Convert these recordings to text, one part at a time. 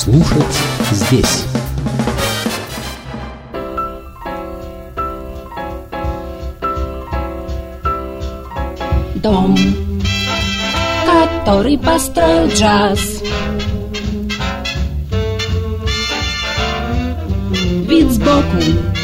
слушать здесь. Дом, который построил джаз, вид сбоку.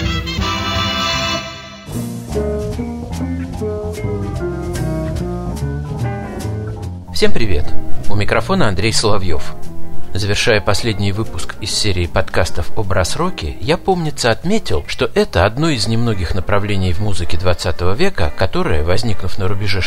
Всем привет! У микрофона Андрей Соловьев. Завершая последний выпуск из серии подкастов о брас-роке, я, помнится, отметил, что это одно из немногих направлений в музыке 20 века, которое, возникнув на рубеже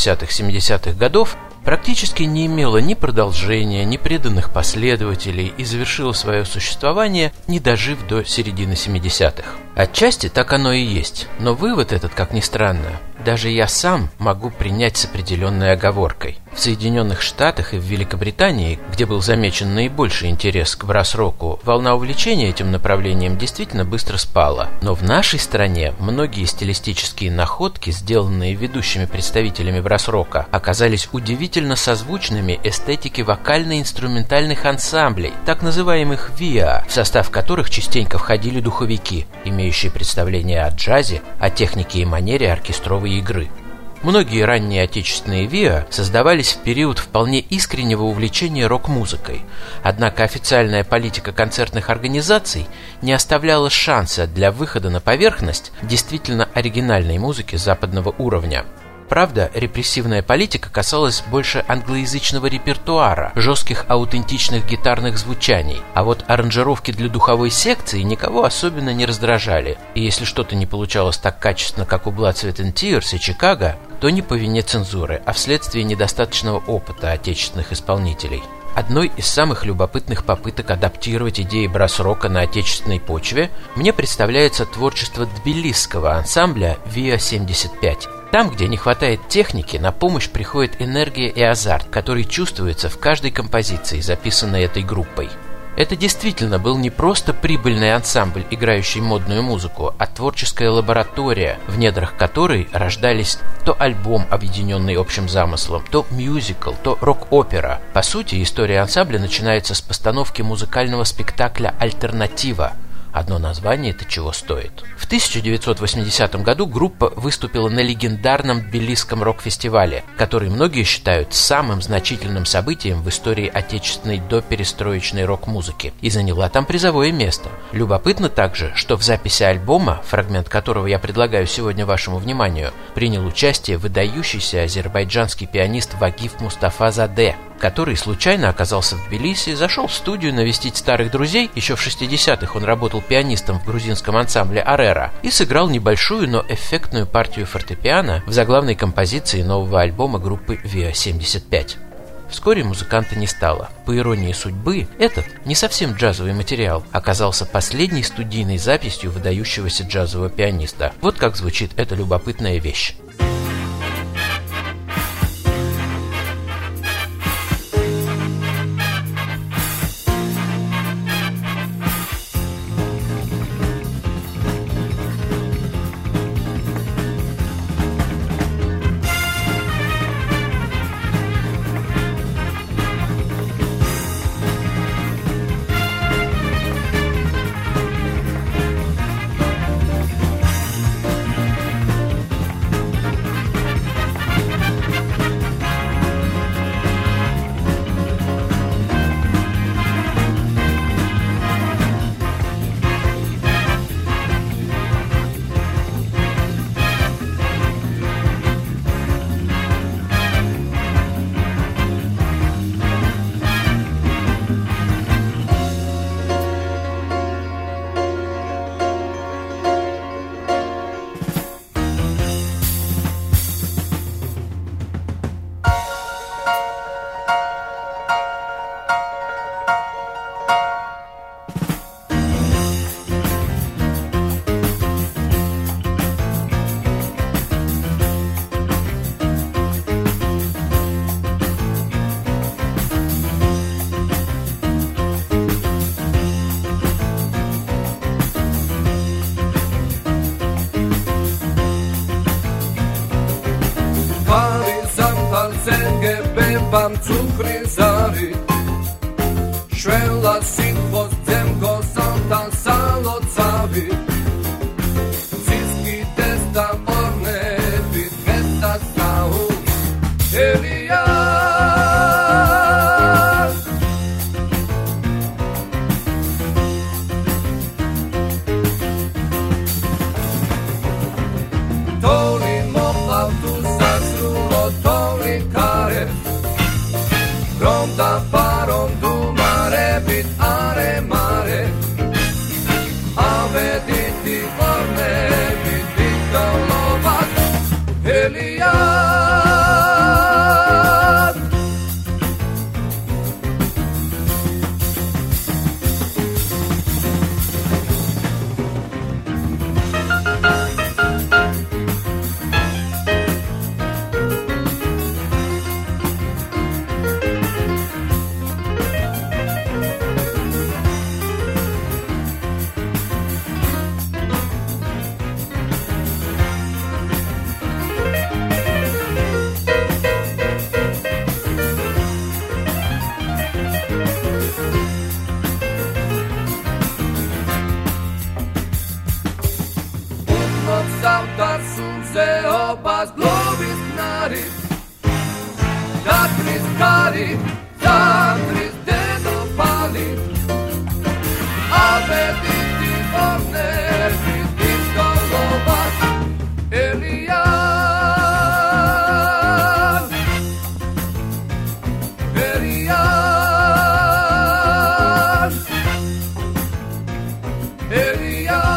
60-70-х годов, практически не имело ни продолжения, ни преданных последователей и завершило свое существование, не дожив до середины 70-х. Отчасти так оно и есть, но вывод этот, как ни странно, даже я сам могу принять с определенной оговоркой. В Соединенных Штатах и в Великобритании, где был замечен наибольший интерес к брас-року, волна увлечения этим направлением действительно быстро спала. Но в нашей стране многие стилистические находки, сделанные ведущими представителями брас-рока, оказались удивительно созвучными эстетике вокально-инструментальных ансамблей, так называемых VIA, в состав которых частенько входили духовики, имеющие представление о джазе, о технике и манере оркестровой игры. Многие ранние отечественные VIA создавались в период вполне искреннего увлечения рок-музыкой, однако официальная политика концертных организаций не оставляла шанса для выхода на поверхность действительно оригинальной музыки западного уровня. Правда, репрессивная политика касалась больше англоязычного репертуара, жестких аутентичных гитарных звучаний, а вот аранжировки для духовой секции никого особенно не раздражали, и если что-то не получалось так качественно, как у Blood, Sweat and Tears и Чикаго, то не по вине цензуры, а вследствие недостаточного опыта отечественных исполнителей. Одной из самых любопытных попыток адаптировать идеи брас-рока на отечественной почве мне представляется творчество тбилисского ансамбля VIA-75. Там, где не хватает техники, на помощь приходит энергия и азарт, который чувствуется в каждой композиции, записанной этой группой. Это действительно был не просто прибыльный ансамбль, играющий модную музыку, а творческая лаборатория, в недрах которой рождались то альбом, объединенный общим замыслом, то мюзикл, то рок-опера. По сути, история ансамбля начинается с постановки музыкального спектакля «Альтернатива». Одно название это чего стоит. В 1980 году группа выступила на легендарном тбилисском рок-фестивале, который многие считают самым значительным событием в истории отечественной доперестроечной рок-музыки, и заняла там призовое место. Любопытно также, что в записи альбома, фрагмент которого я предлагаю сегодня вашему вниманию, принял участие выдающийся азербайджанский пианист Вагиф Мустафазаде, который случайно оказался в Тбилиси, зашел в студию навестить старых друзей, еще в 60-х он работал пианистом в грузинском ансамбле «Арера», и сыграл небольшую, но эффектную партию фортепиано в заглавной композиции нового альбома группы VIA-75. Вскоре музыканта не стало. По иронии судьбы, этот, не совсем джазовый материал, оказался последней студийной записью выдающегося джазового пианиста. Вот как звучит эта любопытная вещь. Pam cukri zari, Švela si pod zemko sam tam salo cavi Ciski testa orne bit mesta sahu Elija Toli mokla tu zasrulo toli kare Ronda parom du mare bit are mare Ave diti orne bit dito lovat Eliad Savtar sunce oba zglobi znari Zatri skari, zatri dedo pali Ave diti orne, biti stolovat Elijan Elijan Elijan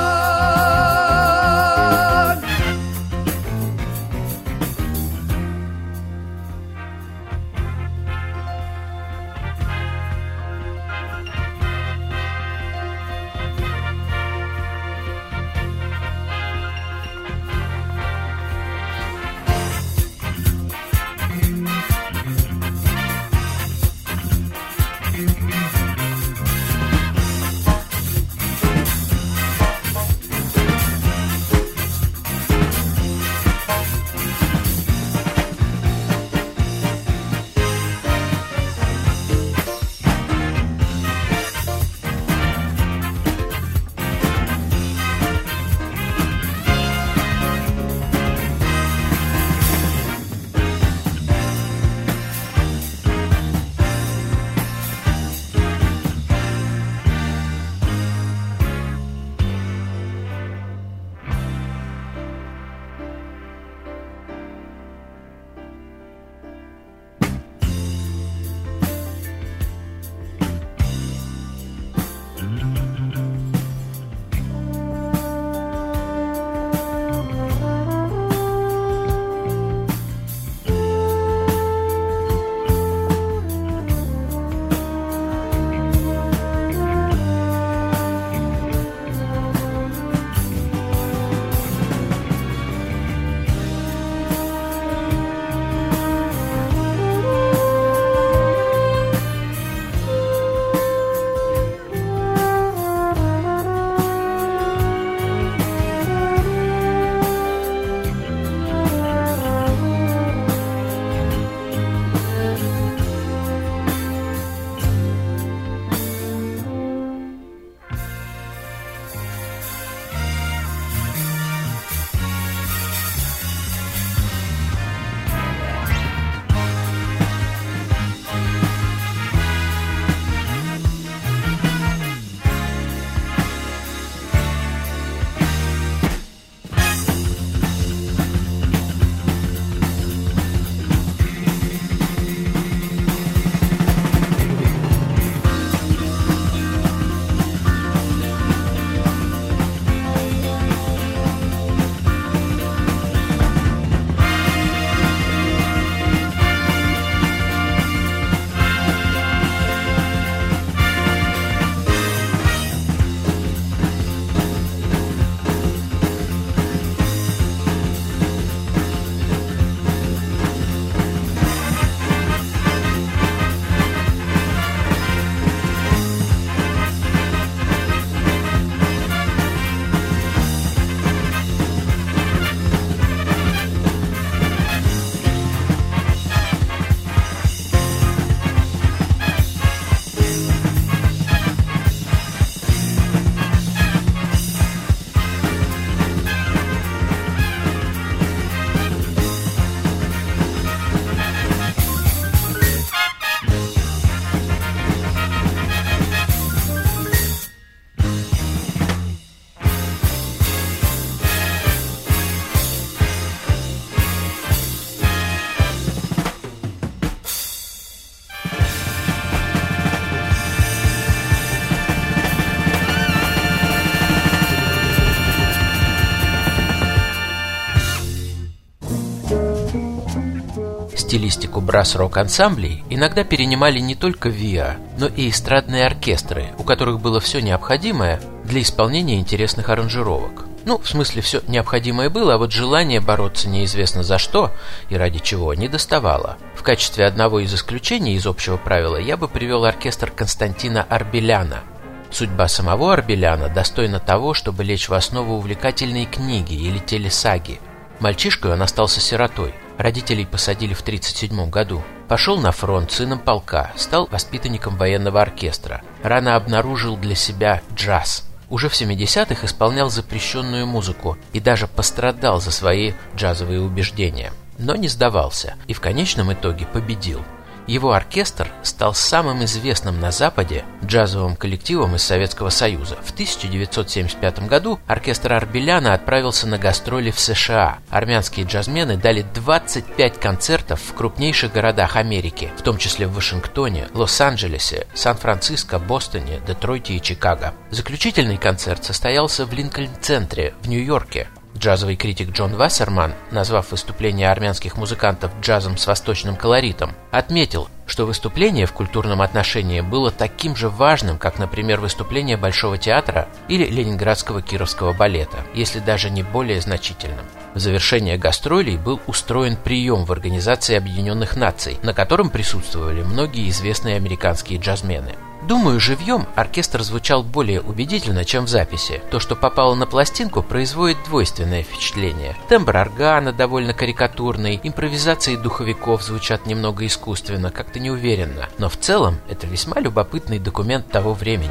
Стилистику брас-рок-ансамблей иногда перенимали не только ВИА, но и эстрадные оркестры, у которых было все необходимое для исполнения интересных аранжировок. Ну, в смысле, все необходимое было, а вот желание бороться неизвестно за что и ради чего не доставало. В качестве одного из исключений из общего правила я бы привел оркестр Константина Арбеляна. Судьба самого Арбеляна достойна того, чтобы лечь в основу увлекательной книги или телесаги. Мальчишкой он остался сиротой. Родителей посадили в 1937 году. Пошел на фронт сыном полка, стал воспитанником военного оркестра. Рано обнаружил для себя джаз. Уже в 70-х исполнял запрещенную музыку и даже пострадал за свои джазовые убеждения. Но не сдавался и в конечном итоге победил. Его оркестр стал самым известным на Западе джазовым коллективом из Советского Союза. В 1975 году оркестр Арбеляна отправился на гастроли в США. Армянские джазмены дали 25 концертов в крупнейших городах Америки, в том числе в Вашингтоне, Лос-Анджелесе, Сан-Франциско, Бостоне, Детройте и Чикаго. Заключительный концерт состоялся в Линкольн-центре в Нью-Йорке. Джазовый критик Джон Вассерман, назвав выступление армянских музыкантов джазом с восточным колоритом, отметил, что выступление в культурном отношении было таким же важным, как, например, выступление Большого театра или Ленинградского Кировского балета, если даже не более значительным. В завершение гастролей был устроен прием в Организации Объединенных Наций, на котором присутствовали многие известные американские джазмены. Думаю, живьем оркестр звучал более убедительно, чем в записи. То, что попало на пластинку, производит двойственное впечатление. Тембр органа довольно карикатурный, импровизации духовиков звучат немного искусственно, как-то неуверенно. Но в целом это весьма любопытный документ того времени.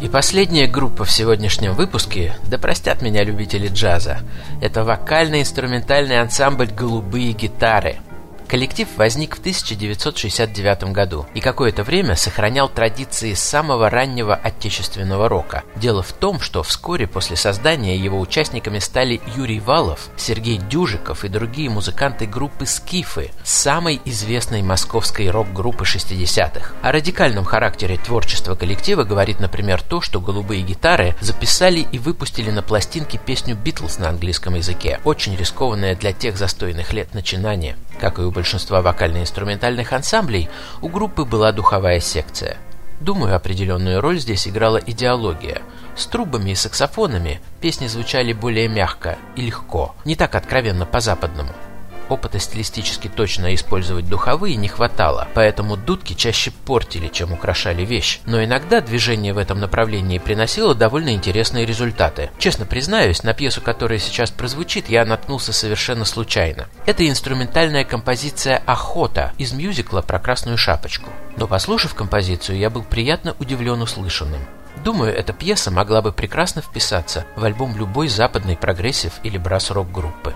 последняя группа в сегодняшнем выпуске, да простят меня любители джаза, это вокально-инструментальный ансамбль «Голубые гитары». Коллектив возник в 1969 году и какое-то время сохранял традиции самого раннего отечественного рока. Дело в том, что вскоре после создания его участниками стали Юрий Валов, Сергей Дюжиков и другие музыканты группы «Скифы», самой известной московской рок-группы 60-х. О радикальном характере творчества коллектива говорит, например, то, что «Голубые гитары» записали и выпустили на пластинке песню «Битлз» на английском языке, очень рискованное для тех застойных лет начинание. Как и у большинства вокально-инструментальных ансамблей, у группы была духовая секция. Думаю, определенную роль здесь играла идеология. С трубами и саксофонами песни звучали более мягко и легко, не так откровенно по-западному. Опыта стилистически точно использовать духовые не хватало, поэтому дудки чаще портили, чем украшали вещь. Но иногда движение в этом направлении приносило довольно интересные результаты. Честно признаюсь, на пьесу, которая сейчас прозвучит, я наткнулся совершенно случайно. Это инструментальная композиция «Охота» из мюзикла про Красную Шапочку. Но послушав композицию, я был приятно удивлен услышанным. Думаю, эта пьеса могла бы прекрасно вписаться в альбом любой западной прогрессив или брас-рок группы.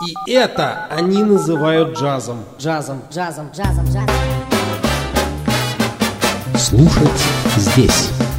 И это они называют джазом. Джазом, джазом, джазом, джазом. Слушать здесь.